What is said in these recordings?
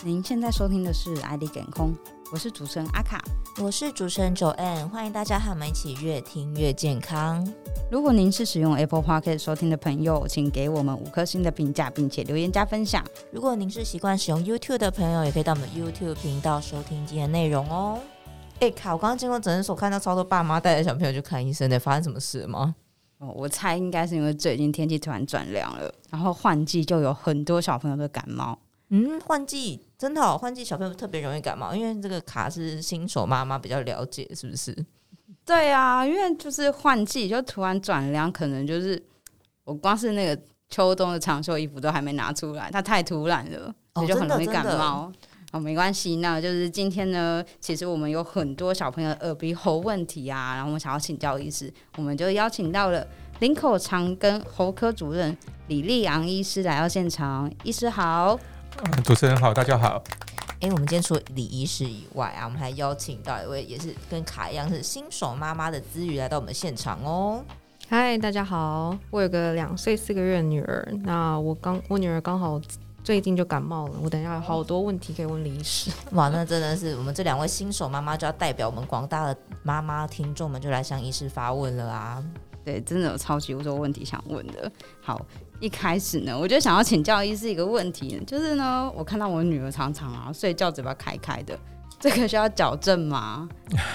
您现在收听的是爱丽健空，我是主持人阿卡， 我是主持人 Joanne， 欢迎大家和我们一起越听越健康。 如果您是使用 Apple Podcast 收听的朋友，请给我们5颗星的评价，并且留言加分享。 如果您是习惯使用 YouTube 的朋友，也可以到我们 YouTube 频道收听今天的内容哦。卡，我刚刚经过诊所看到超多爸妈带着小朋友去看医生的，发生什么事吗？ 我猜应该是因为最近天气突然转凉了，然后换季就有很多小朋友的感冒。 换季真的哦，换季小朋友特别容易感冒，因为这个卡是新手妈妈比较了解，是不是？ 对啊，因为就是换季就突然转凉，可能就是我光是那个秋冬的长袖衣服都还没拿出来，它太突然了，所以就很容易感冒。没关系，那就是今天呢，其实我们有很多小朋友的耳鼻喉问题啊，然后我们想要请教医师，我们就邀请到了林口长庚喉科主任李立昂医师来到现场。医师好。 主持人好，大家好。 我们今天除了李医师以外啊，我们还邀请到一位也是跟卡一样是新手妈妈的姿瑜来到我们现场哦。 嗨，大家好，我有个2岁4个月的女儿，那我女儿刚好最近就感冒了，我等一下有好多问题可以问李医师。 哇，那真的是我们这2位新手妈妈就要代表我们广大的妈妈听众们就来向医师发问了啊。 对，真的有超级多问题想问的。好，一开始呢，我就想要请教医师一个问题，就是呢，我看到我女儿常常睡觉嘴巴开开的，这个需要矫正吗？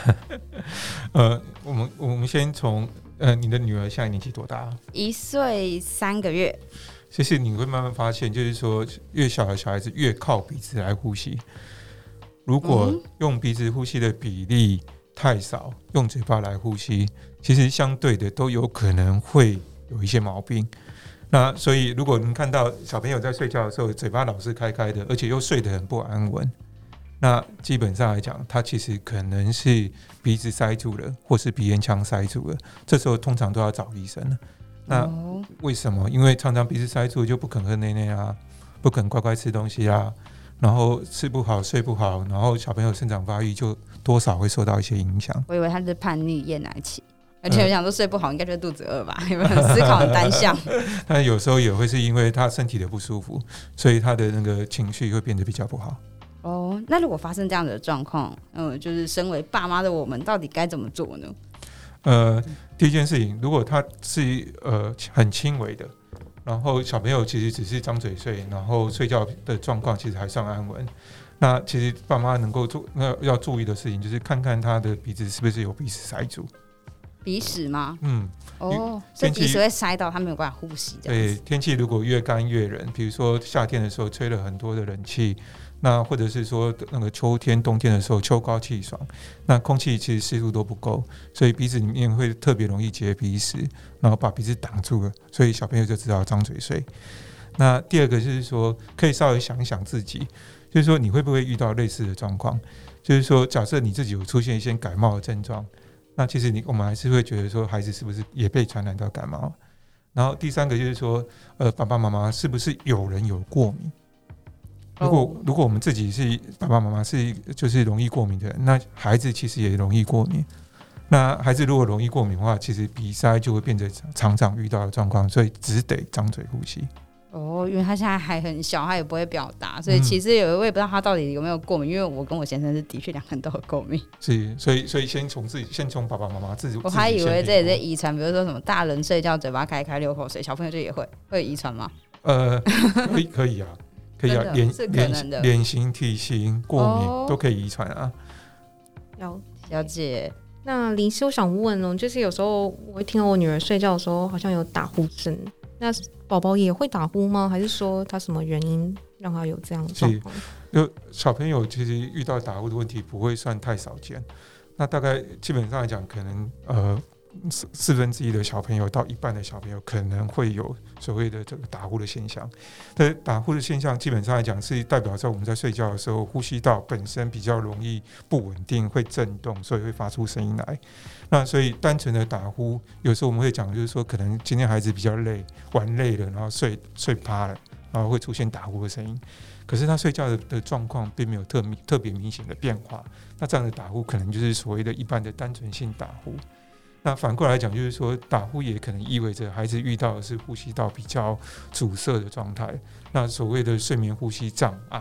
我们先从你的女儿现在年纪多大 ？1岁3个月。 其实你会慢慢发现，就是说越小的小孩子越靠鼻子来呼吸，如果用鼻子呼吸的比例太少，用嘴巴来呼吸，其实相对的都有可能会有一些毛病。那所以如果您看到小朋友在睡觉的时候嘴巴老是开开的，而且又睡得很不安稳，那基本上来讲他其实可能是鼻子塞住了，或是鼻咽腔塞住了，这时候通常都要找医生了。那为什么？因为常常鼻子塞住就不肯喝奶奶啊，不肯乖乖吃东西啊，然后吃不好睡不好，然后小朋友生长发育就多少会受到一些影响。 我以为他是叛逆厌奶期，而且我想说睡不好应该就是肚子饿吧，有没有思考很单向？ 但有时候也会是因为他身体的不舒服，所以他的那个情绪会变得比较不好。 那如果发生这样的状况，就是身为爸妈的我们到底该怎么做呢？ 第一件事情，如果他是很轻微的，然后小朋友其实只是张嘴睡，然后睡觉的状况其实还算安稳，那其实爸妈能够要注意的事情就是看看他的鼻子是不是有鼻屎塞住。 鼻屎吗？ 所以鼻屎会塞到他没有办法呼吸的。 对，天气如果越干越冷，比如说夏天的时候吹了很多的冷气，那或者是说那个秋天冬天的时候秋高气爽，那空气其实湿度都不够，所以鼻子里面会特别容易结鼻屎，然后把鼻子挡住了，所以小朋友就只好张嘴睡。那第二个就是说可以稍微想一想自己，就是说你会不会遇到类似的状况，就是说假设你自己有出现一些感冒的症状，那其实我们还是会觉得说孩子是不是也被传染到感冒。然后第三个就是说爸爸妈妈是不是有人有过敏。如果我们自己是爸爸妈妈是就是容易过敏的人，那孩子其实也容易过敏。那孩子如果容易过敏的话，其实鼻塞就会变成常常遇到的状况，所以只得张嘴呼吸。 因为他现在还很小，他也不会表达，所以其实我也不知道他到底有没有过敏，因为我跟我先生是的确2个人都有过敏。 是，所以先从爸爸妈妈自己。 我还以为这也是遗传，比如说什么大人睡觉嘴巴开开流口水，小朋友就也会遗传吗？ 可以啊。可以啊，脸型、体型、过敏都可以遗传啊。 了解。 那林师，我想问就是有时候我会听到我女儿睡觉的时候好像有打呼声，那宝宝也会打呼吗？还是说他什么原因让他有这样的状况？ 小朋友其实遇到打呼的问题不会算太少见，那大概基本上来讲，可能1/4的小朋友到1半的小朋友可能会有所谓的这个打呼的现象。但打呼的现象基本上来讲是代表在我们在睡觉的时候，呼吸道本身比较容易不稳定，会震动，所以会发出声音来。那所以单纯的打呼，有时候我们会讲就是说，可能今天孩子比较累，玩累了，然后睡趴了，然后会出现打呼的声音。可是他睡觉的状况并没有特别明显的变化，那这样的打呼可能就是所谓的一般的单纯性打呼。那反过来讲，就是说打呼也可能意味着孩子遇到的是呼吸道比较阻塞的状态，那所谓的睡眠呼吸障碍，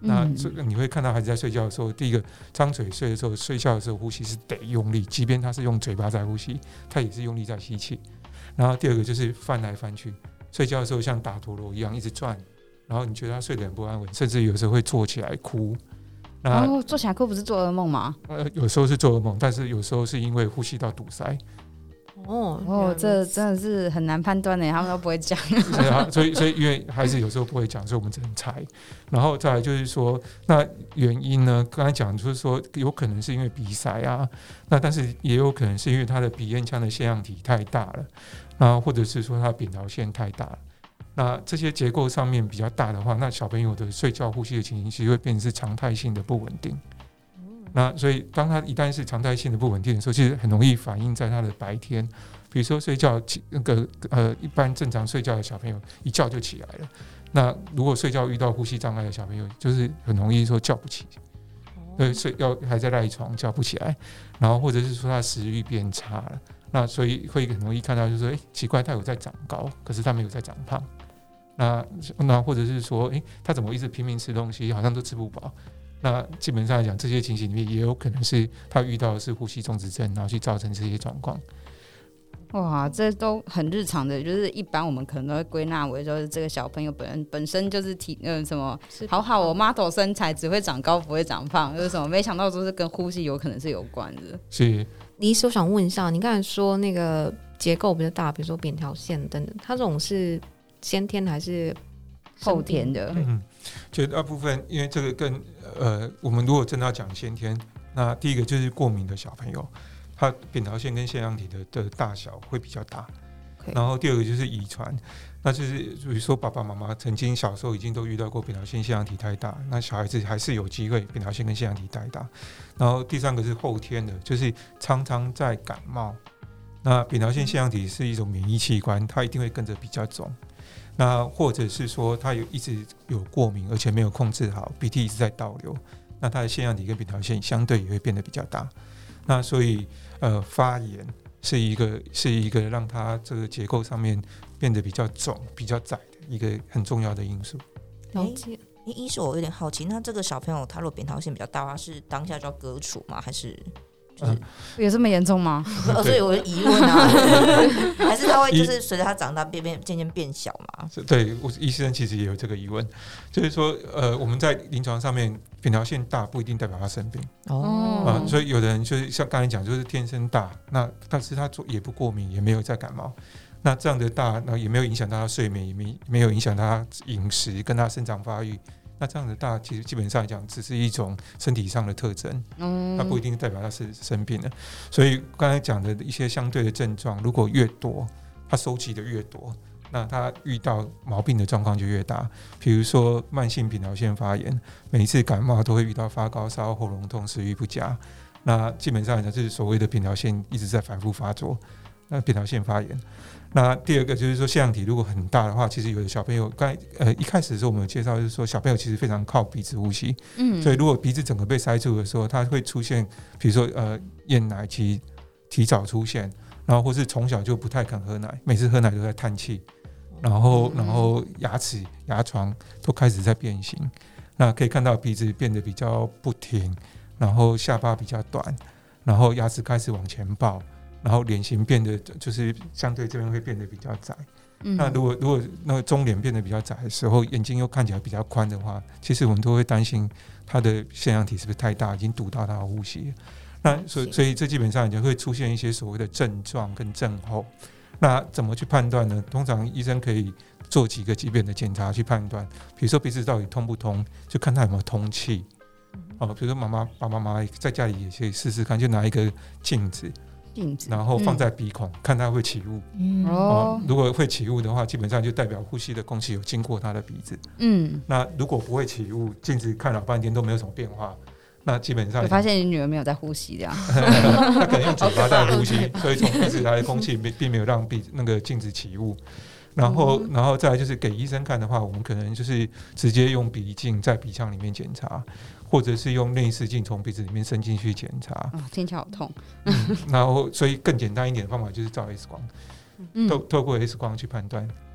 那你会看到孩子在睡觉的时候，第一个张嘴睡的时候，睡觉的时候呼吸是得用力，即便他是用嘴巴在呼吸，他也是用力在吸气。然后第二个就是翻来翻去，睡觉的时候像打陀螺一样一直转，然后你觉得他睡得很不安稳，甚至有时候会坐起来哭。那坐起来哭不是做噩梦吗？ 有时候是做噩梦，但是有时候是因为呼吸道堵塞。 这真的是很难判断的，他们都不会讲。 所以因为孩子有时候不会讲，所以我们只能猜。然后再来就是说，那原因呢？刚才讲就是说，有可能是因为鼻塞啊，那但是也有可能是因为他的鼻咽腔的腺样体太大了，那或者是说他的扁桃腺太大了。那这些结构上面比较大的话，那小朋友的睡觉呼吸的情形其实会变成是常态性的不稳定。那所以当他一旦是常态性的不稳定的时候，其实很容易反映在他的白天。比如说睡觉一般正常睡觉的小朋友一觉就起来了，那如果睡觉遇到呼吸障碍的小朋友，就是很容易说叫不起，还在赖床叫不起来，然后或者是说他食欲变差了，那所以会很容易看到就是说，奇怪，他有在长高，可是他没有在长胖。那或者是说，他怎么一直拼命吃东西，好像都吃不饱。那基本上来讲，这些情形里面也有可能是他遇到的是呼吸中止症，然后去造成这些状况。 哇，这都很日常的，就是一般我们可能都会归纳为就是这个小朋友本身就是什么好我 model 身材只会长高不会长胖，就是什么没想到说是跟呼吸有可能是有关的。 是， 李医师，我想问一下，你刚才说那个结构比较大，比如说扁桃腺等等，它这种是先天还是后天的？ 绝大部分因为这个跟我们如果真的要讲先天，那第一个就是过敏的小朋友，他扁桃腺跟腺样体的大小会比较大。然后第二个就是遗传，那就是比如说爸爸妈妈曾经小时候已经都遇到过扁桃腺腺样体太大，那小孩子还是有机会扁桃腺跟腺样体太大。然后第三个是后天的，就是常常在感冒，那扁桃腺腺样体是一种免疫器官，它一定会跟着比较肿。那或者是说他一直有过敏，而且没有控制好，鼻涕一直在倒流，那他的腺样体跟扁桃腺相对也会变得比较大。那所以发炎是一个让他这个结构上面变得比较肿、比较窄的一个很重要的因素。 了解。 医师，我有点好奇，那这个小朋友他如果扁桃腺比较大，他是当下就要割除吗？还是？ 有这么严重吗？ 所以我的疑问啊，还是他会就是随着他长大渐渐变小嘛？ 对，我医生其实也有这个疑问，就是说我们在临床上面扁桃腺大不一定代表他生病所以有的人就是像刚才讲，就是天生大，那但是他也不过敏，也没有在感冒，那这样的大，那也没有影响到他睡眠，也没有影响到他饮食跟他生长发育。那这样的大其实基本上来讲只是一种身体上的特征，它不一定代表它是生病了。所以刚才讲的一些相对的症状，如果越多，它收集的越多，那它遇到毛病的状况就越大。比如说慢性扁桃腺发炎，每一次感冒都会遇到发高烧、喉咙痛、食欲不佳，那基本上来讲就是所谓的扁桃腺一直在反复发作，那扁桃腺发炎。那第二个就是说腺样体如果很大的话，其实有的小朋友一开始的时候我们有介绍，就是说小朋友其实非常靠鼻子呼吸，所以如果鼻子整个被塞住的时候，它会出现比如说厌奶期提早出现，然后或是从小就不太肯喝奶，每次喝奶都在叹气，然后牙床都开始在变形，那可以看到鼻子变得比较不挺，然后下巴比较短，然后牙齿开始往前抱，然后脸型变得就是相对这边会变得比较窄。那如果那个中脸变得比较窄的时候，眼睛又看起来比较宽的话，其实我们都会担心他的腺样体是不是太大，已经堵到他的呼吸。那所以这基本上就会出现一些所谓的症状跟症候。那怎么去判断呢？通常医生可以做几个基本的检查去判断，比如说鼻子到底通不通，就看他有没有通气。比如说爸妈在家里也可以试试看，就拿一个镜子，然后放在鼻孔，看它会起雾。如果会起雾的话，基本上就代表呼吸的空气有经过它的鼻子。那如果不会起雾，镜子看老半天都没有什么变化，那基本上我发现你女儿没有在呼吸这样。 她可能用嘴巴在呼吸，所以从鼻子来的空气并没有让那个镜子起雾。然后再来就是给医生看的话，我们可能就是直接用鼻镜在鼻腔里面检查，或者是用内视镜从鼻子里面伸进去检查。 听起来好痛。 然后所以更简单一点的方法就是照 X 光，透过 X 光去判断。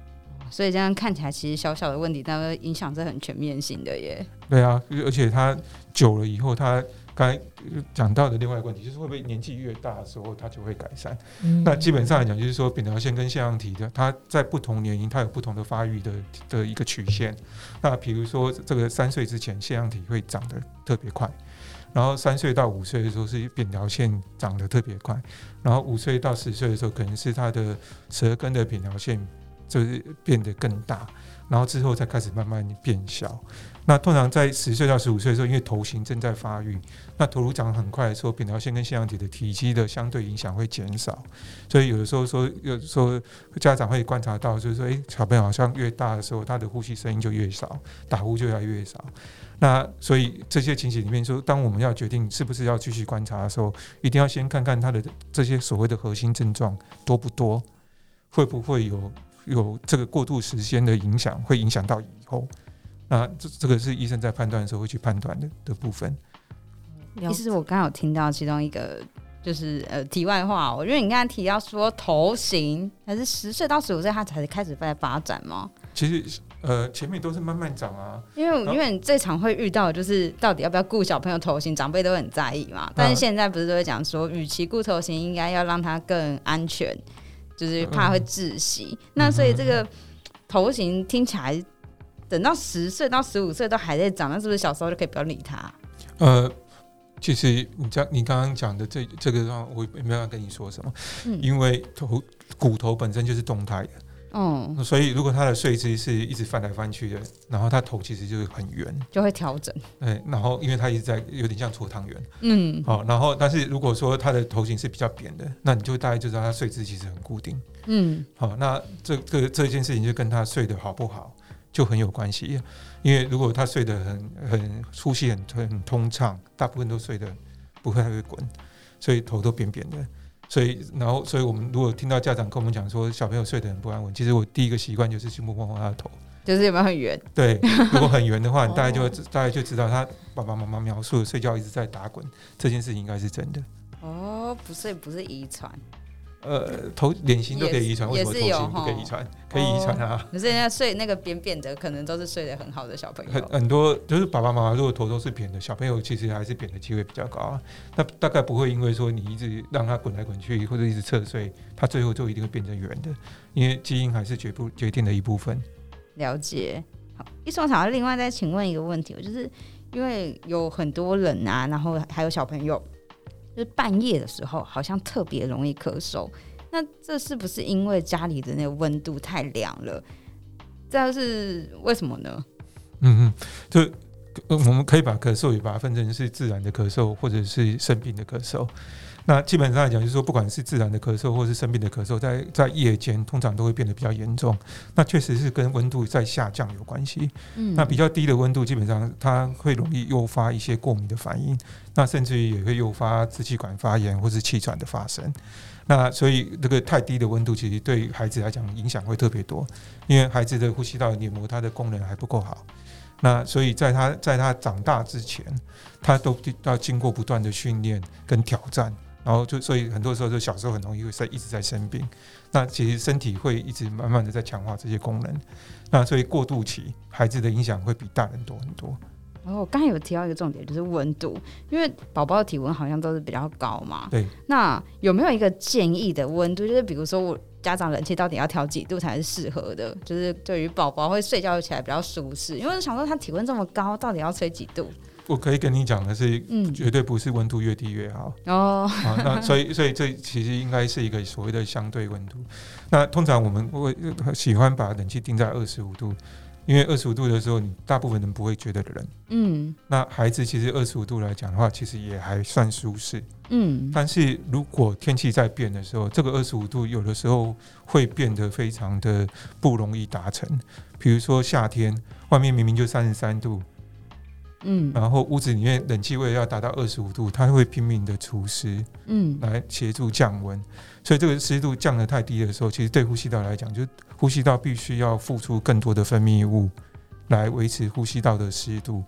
所以这样看起来其实小小的问题，但是影响是很全面性的耶。 对啊，而且它久了以后，它刚才讲到的另外一个问题就是会不会年纪越大的时候它就会改善。那基本上来讲就是说扁桃腺跟腺样体的它在不同年龄它有不同的发育的一个曲线。那比如说这个3岁之前腺样体会长得特别快，然后3岁到5岁的时候是扁桃腺长得特别快，然后5岁到10岁的时候可能是它的舌根的扁桃腺就是变得更大，然后之后才开始慢慢变小。那通常在10岁到15岁的时候，因为头型正在发育，那头颅长很快的时候，扁桃腺跟腺样体的体积的相对影响会减少，所以有的时候家长会观察到，就是说，小朋友好像越大的时候，他的呼吸声音就越少，打呼就越来越少。那所以这些情形里面说，当我们要决定是不是要继续观察的时候，一定要先看看他的这些所谓的核心症状多不多，会不会有这个过渡时间的影响，会影响到以后。那这个是医生在判断的时候会去判断的部分。 其实我刚刚有听到其中一个就是题外话，因为你刚才提到说头型还是10岁到15岁他才开始在发展吗？ 其实前面都是慢慢长啊， 因为你最常会遇到的就是到底要不要顾小朋友头型，长辈都很在意嘛。但是现在不是都会讲说，与其顾头型，应该要让他更安全，就是怕会窒息。那所以这个头型听起来，等到10岁到15岁都还在长，那是不是小时候就可以不要理他？ 其实你刚刚讲的这个让我没办法跟你说什么，因为骨头本身就是动态的，所以如果他的睡姿是一直翻来翻去的，然后他头其实就是很圆， 就会调整。对， 然后因为他一直在有点像搓汤圆，好，然后但是如果说他的头型是比较扁的，那你就大概就知道他睡姿其实很固定，好，那这件事情就跟他睡得好不好就很有关系，因为如果他睡得很呼吸很通畅，大部分都睡得不会滚，所以头都扁扁的，所以我们如果听到家长跟我们讲说小朋友睡得很不安稳，其实我第一个习惯就是去摸摸他的头， 就是有没有很圆。对， 如果很圆的话，你大概就知道他爸爸妈妈描述的睡觉一直在打滚这件事情应该是真的。 不是遗传。 脸型都可以遗传，为什么头型不可以遗传？可以遗传啊。可是人家睡那个扁扁的，可能都是睡得很好的小朋友。 很多就是爸爸妈妈如果头都是扁的，小朋友其实还是扁的机会比较高啊。那大概不会因为说你一直让他滚来滚去，或者一直侧睡，他最后就一定会变成圆的，因为基因还是决定的一部分。 了解。好，医生，我想要另外再请问一个问题，就是因为有很多人啊，然后还有小朋友。就是半夜的时候好像特别容易咳嗽，那这是不是因为家里的那个温度太凉了？这是为什么呢？ 就我们可以把咳嗽也把它分成是自然的咳嗽或者是生病的咳嗽。那基本上来讲，就是说，不管是自然的咳嗽或是生病的咳嗽，在夜间通常都会变得比较严重。那确实是跟温度在下降有关系。那比较低的温度，基本上它会容易诱发一些过敏的反应，那甚至于也会诱发支气管发炎或是气喘的发生。那所以这个太低的温度，其实对孩子来讲影响会特别多，因为孩子的呼吸道黏膜它的功能还不够好。那所以在他长大之前，他都要经过不断的训练跟挑战。然后所以很多时候就小时候很容易会一直在生病，那其实身体会一直慢慢的在强化这些功能，那所以过渡期孩子的影响会比大人多很多。 我刚才有提到一个重点，就是温度，因为宝宝的体温好像都是比较高嘛。 对。 那有没有一个建议的温度？就是比如说我家长冷气到底要调几度才是适合的？就是对于宝宝会睡觉起来比较舒适，因为我想说他体温这么高，到底要吹几度？ 我可以跟你讲的是，绝对不是温度越低越好。那所以这其实应该是一个所谓的相对温度。那通常我们会喜欢把冷气定在25度，因为25度的时候，你大部分人不会觉得冷。那孩子其实25度来讲的话，其实也还算舒适。但是如果天气在变的时候，这个25度有的时候会变得非常的不容易达成。比如说夏天，外面明明就33度。然后屋子里面冷气为了要达到25度，它会拼命的除湿，来协助降温。所以这个湿度降得太低的时候，其实对呼吸道来讲，就呼吸道必须要付出更多的分泌物来维持呼吸道的湿度，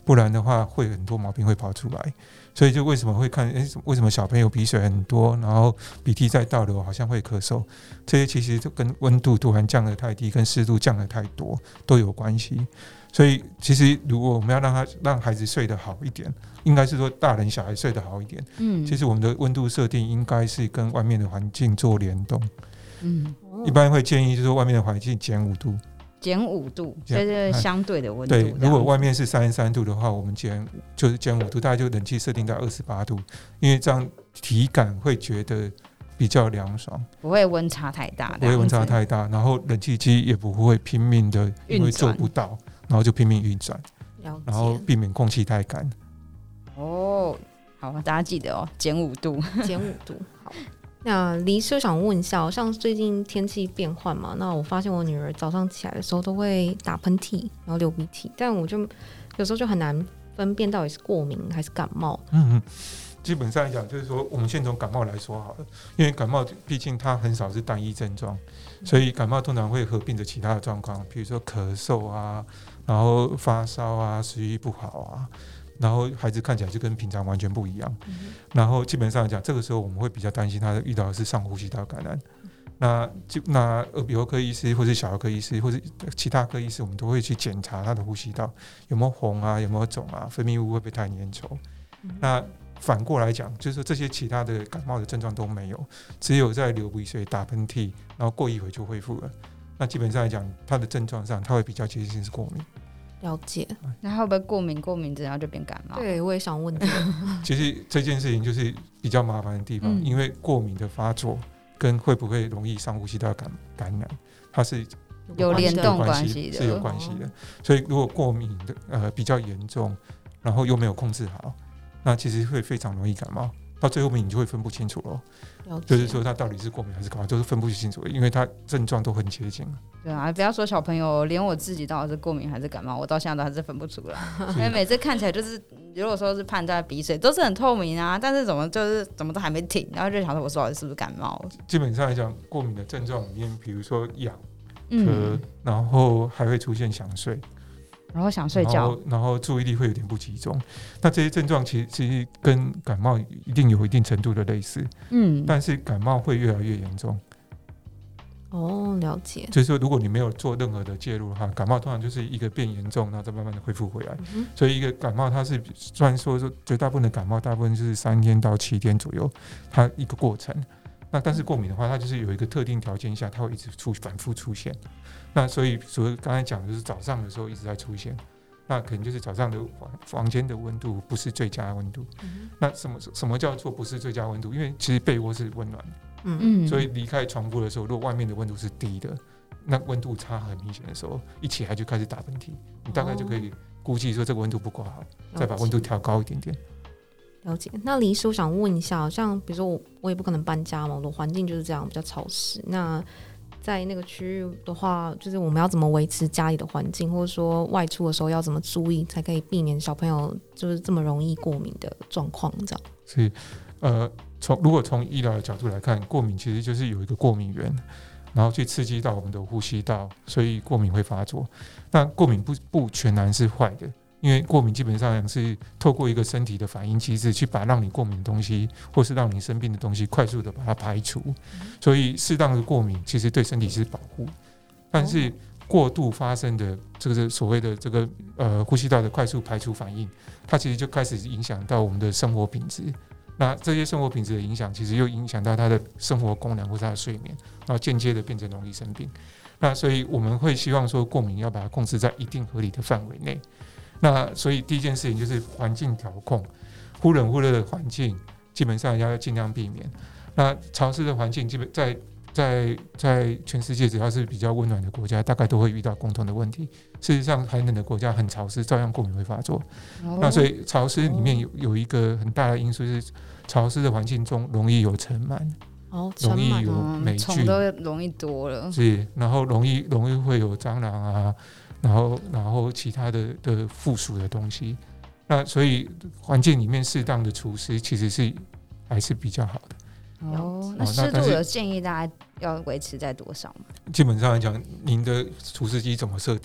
不然的话会很多毛病会跑出来。所以就为什么会看，为什么小朋友鼻水很多，然后鼻涕在倒流，好像会咳嗽，这些其实就跟温度突然降得太低，跟湿度降得太多都有关系。所以其实如果我们要让孩子睡得好一点，应该是说大人小孩睡得好一点，其实我们的温度设定应该是跟外面的环境做联动。一般会建议就是外面的环境减5度， 减5度，就是相对的温度。 对，如果外面是33度的话，我们减5度，大概就冷气设定到28度，因为这样体感会觉得比较凉爽， 不会温差太大， 不会温差太大，然后冷气机也不会拼命的因为做不到，然后就拼命运转，然后避免空气太干。 哦，好，大家记得哦，减5度， 减5度。好。那黎师想问一下，像最近天气变换嘛，那我发现我女儿早上起来的时候都会打喷嚏，然后流鼻涕，但我就有时候就很难分辨到底是过敏还是感冒。 基本上来讲，就是说我们先从感冒来说好了，因为感冒毕竟它很少是单一症状，所以感冒通常会合并着其他的状况，比如说咳嗽啊，然后发烧啊，食欲不好啊。然后孩子看起来就跟平常完全不一样，然后基本上讲，这个时候我们会比较担心他遇到的是上呼吸道感染。那耳鼻喉科医师或是小儿科医师或是其他科医师，我们都会去检查他的呼吸道有没有红啊，有没有肿啊，分泌物会不会太粘稠。那反过来讲，就是说这些其他的感冒的症状都没有，只有在流鼻水、打喷嚏，然后过一会就恢复了。那基本上来讲，他的症状上他会比较接近是过敏。 了解。 那会不会过敏之后就变感冒？ 对，我也想问这个。 其实这件事情就是比较麻烦的地方，因为过敏的发作跟会不会容易上呼吸道感染，它是有联动关系的， 是有关系的。所以如果过敏的比较严重，然后又没有控制好，那其实会非常容易感冒。到最后面你就会分不清楚了，就是说它到底是过敏还是感冒，都是分不清楚的，因为它症状都很接近。 对啊，不要说小朋友，连我自己到底是过敏还是感冒，我到现在都还是分不出来。因为每次看起来就是，如果说是判断鼻水都是很透明啊，但是怎么都还没停，然后就想说我到底是不是感冒。 基本上来讲，过敏的症状里面，比如说痒、咳，然后还会出现想睡。 然后想睡觉， 然后注意力会有点不集中。那这些症状其实跟感冒一定有一定程度的类似，但是感冒会越来越严重。 哦，了解。 就是说，如果你没有做任何的介入的话，感冒通常就是一个变严重，然后再慢慢的恢复回来。所以一个感冒，它是虽然说绝大部分的感冒，大部分就是3天到7天左右，它一个过程。那但是过敏的话，它就是有一个特定条件下，它会一直反复出现。那所以刚才讲的就是早上的时候一直在出现，那可能就是早上的房间的温度不是最佳温度。那什么叫做不是最佳温度？因为其实被窝是温暖的，所以离开床铺的时候，如果外面的温度是低的，那温度差很明显的时候，一起来就开始打喷嚏，你大概就可以估计说这个温度不够好，再把温度调高一点点。 了解。那黎师，我想问一下，像比如说我也不可能搬家嘛，我的环境就是这样比较潮湿。那在那个区域的话，就是我们要怎么维持家里的环境，或者说外出的时候要怎么注意，才可以避免小朋友就是这么容易过敏的状况？这样是如果从医疗的角度来看，过敏其实就是有一个过敏源，然后去刺激到我们的呼吸道，所以过敏会发作。那过敏不全然是坏的。因为过敏基本上是透过一个身体的反应机制，去把让你过敏的东西，或是让你生病的东西，快速的把它排除。所以适当的过敏其实对身体是保护，但是过度发生的这个所谓的这个呼吸道的快速排除反应，它其实就开始影响到我们的生活品质。那这些生活品质的影响，其实又影响到他的生活功能或是他的睡眠，然后间接的变成容易生病。那所以我们会希望说，过敏要把它控制在一定合理的范围内。那所以第一件事情就是环境调控，忽冷忽热的环境基本上要尽量避免。那潮湿的环境基本在全世界只要是比较温暖的国家，大概都会遇到共同的问题。事实上，寒冷的国家很潮湿，照样过敏会发作。那所以潮湿里面有一个很大的因素是，潮湿的环境中容易有尘螨。容易有霉菌， 虫都容易多了。 是，然后容易会有蟑螂啊。然后其他的附属的东西，那所以环境里面适当的除湿其实还是比较好的。 那湿度有建议大家要维持在多少吗？ 基本上来讲，您的除湿机怎么设定，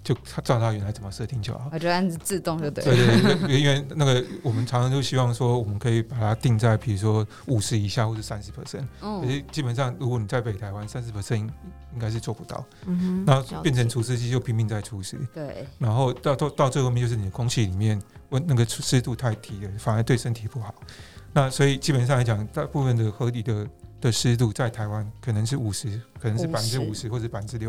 就照它原来怎么设定就好。 我觉得按自动就对了。 对对，因为那个我们常常就希望说，我们可以把它定在比如说50%以下或者30%，可是基本上如果你在北台湾30%应该是做不到。那变成除湿机就拼命在除湿。 对， 然后到最后面就是你的空气里面那个湿度太低了，反而对身体不好。那所以基本上来讲，大部分的合理的湿度在台湾可能是50%，可能是50%或者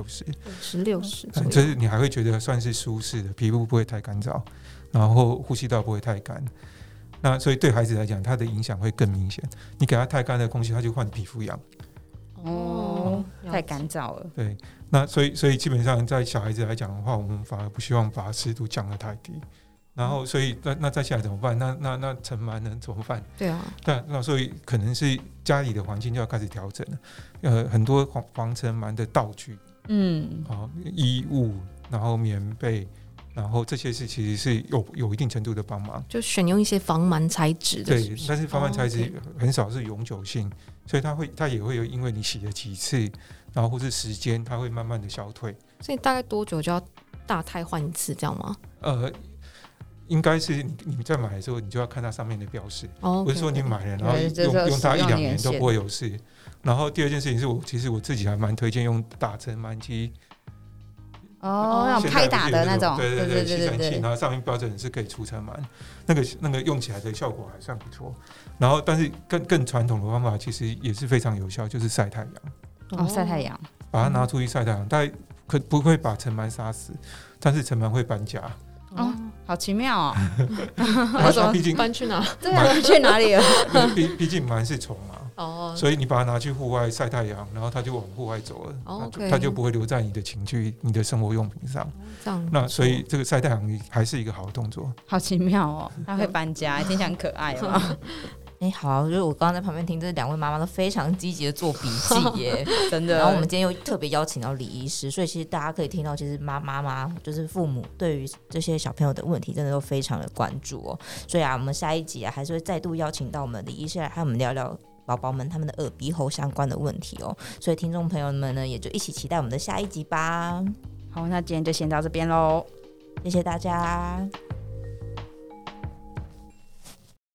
60%，就是你还会觉得算是舒适的，皮肤不会太干燥，然后呼吸道不会太干。那所以对孩子来讲，它的影响会更明显。你给他太干的空气，他就换皮肤痒。 太干燥了。 对，那所以基本上在小孩子来讲的话，我们反而不希望把湿度降得太低。然后，所以那再下来怎么办？那尘螨呢怎么办？ 对啊， 那所以可能是家里的环境就要开始调整了。很多防尘螨的道具，衣物，然后棉被，然后这些是其实是有一定程度的帮忙。 就选用一些防螨材质的。 对，但是防螨材质很少是永久性，所以它也会有因为你洗了几次，然后或是时间，它会慢慢的消退。 所以大概多久就要大汰换一次，这样吗？ 应该是你在买的时候，你就要看它上面的标示，不是说你买了然后用它1-2年都不会有事。然后第二件事情是其实我自己还蛮推荐用打尘螨机。 那种拍打的那种， 对，吸尘器，然后上面标准是可以除尘螨，那个用起来的效果还算不错。然后，但是更传统的方法其实也是非常有效，就是晒太阳。 晒太阳， 把它拿出去晒太阳，大概不会把尘螨杀死，但是尘螨会搬家。 好奇妙哦！ 毕竟搬去哪？ 对啊，去哪里了？ 毕竟螨是虫嘛，所以你把它拿去户外晒太阳，然后它就往户外走了，它就不会留在你的寝具、你的生活用品上。那所以这个晒太阳还是一个好动作。 好奇妙哦，它会搬家，听起来很可爱哦。 好，就是我刚刚在旁边听，这2位妈妈都非常积极的做笔记耶， 真的。 然后我们今天又特别邀请到李医师，所以其实大家可以听到，其实妈妈就是父母对于这些小朋友的问题，真的都非常的关注哦。所以我们下一集还是会再度邀请到我们李医师来和我们聊聊宝宝们他们的耳鼻喉相关的问题哦。所以听众朋友们呢，也就一起期待我们的下一集吧。 好，那今天就先到这边喽， 谢谢大家。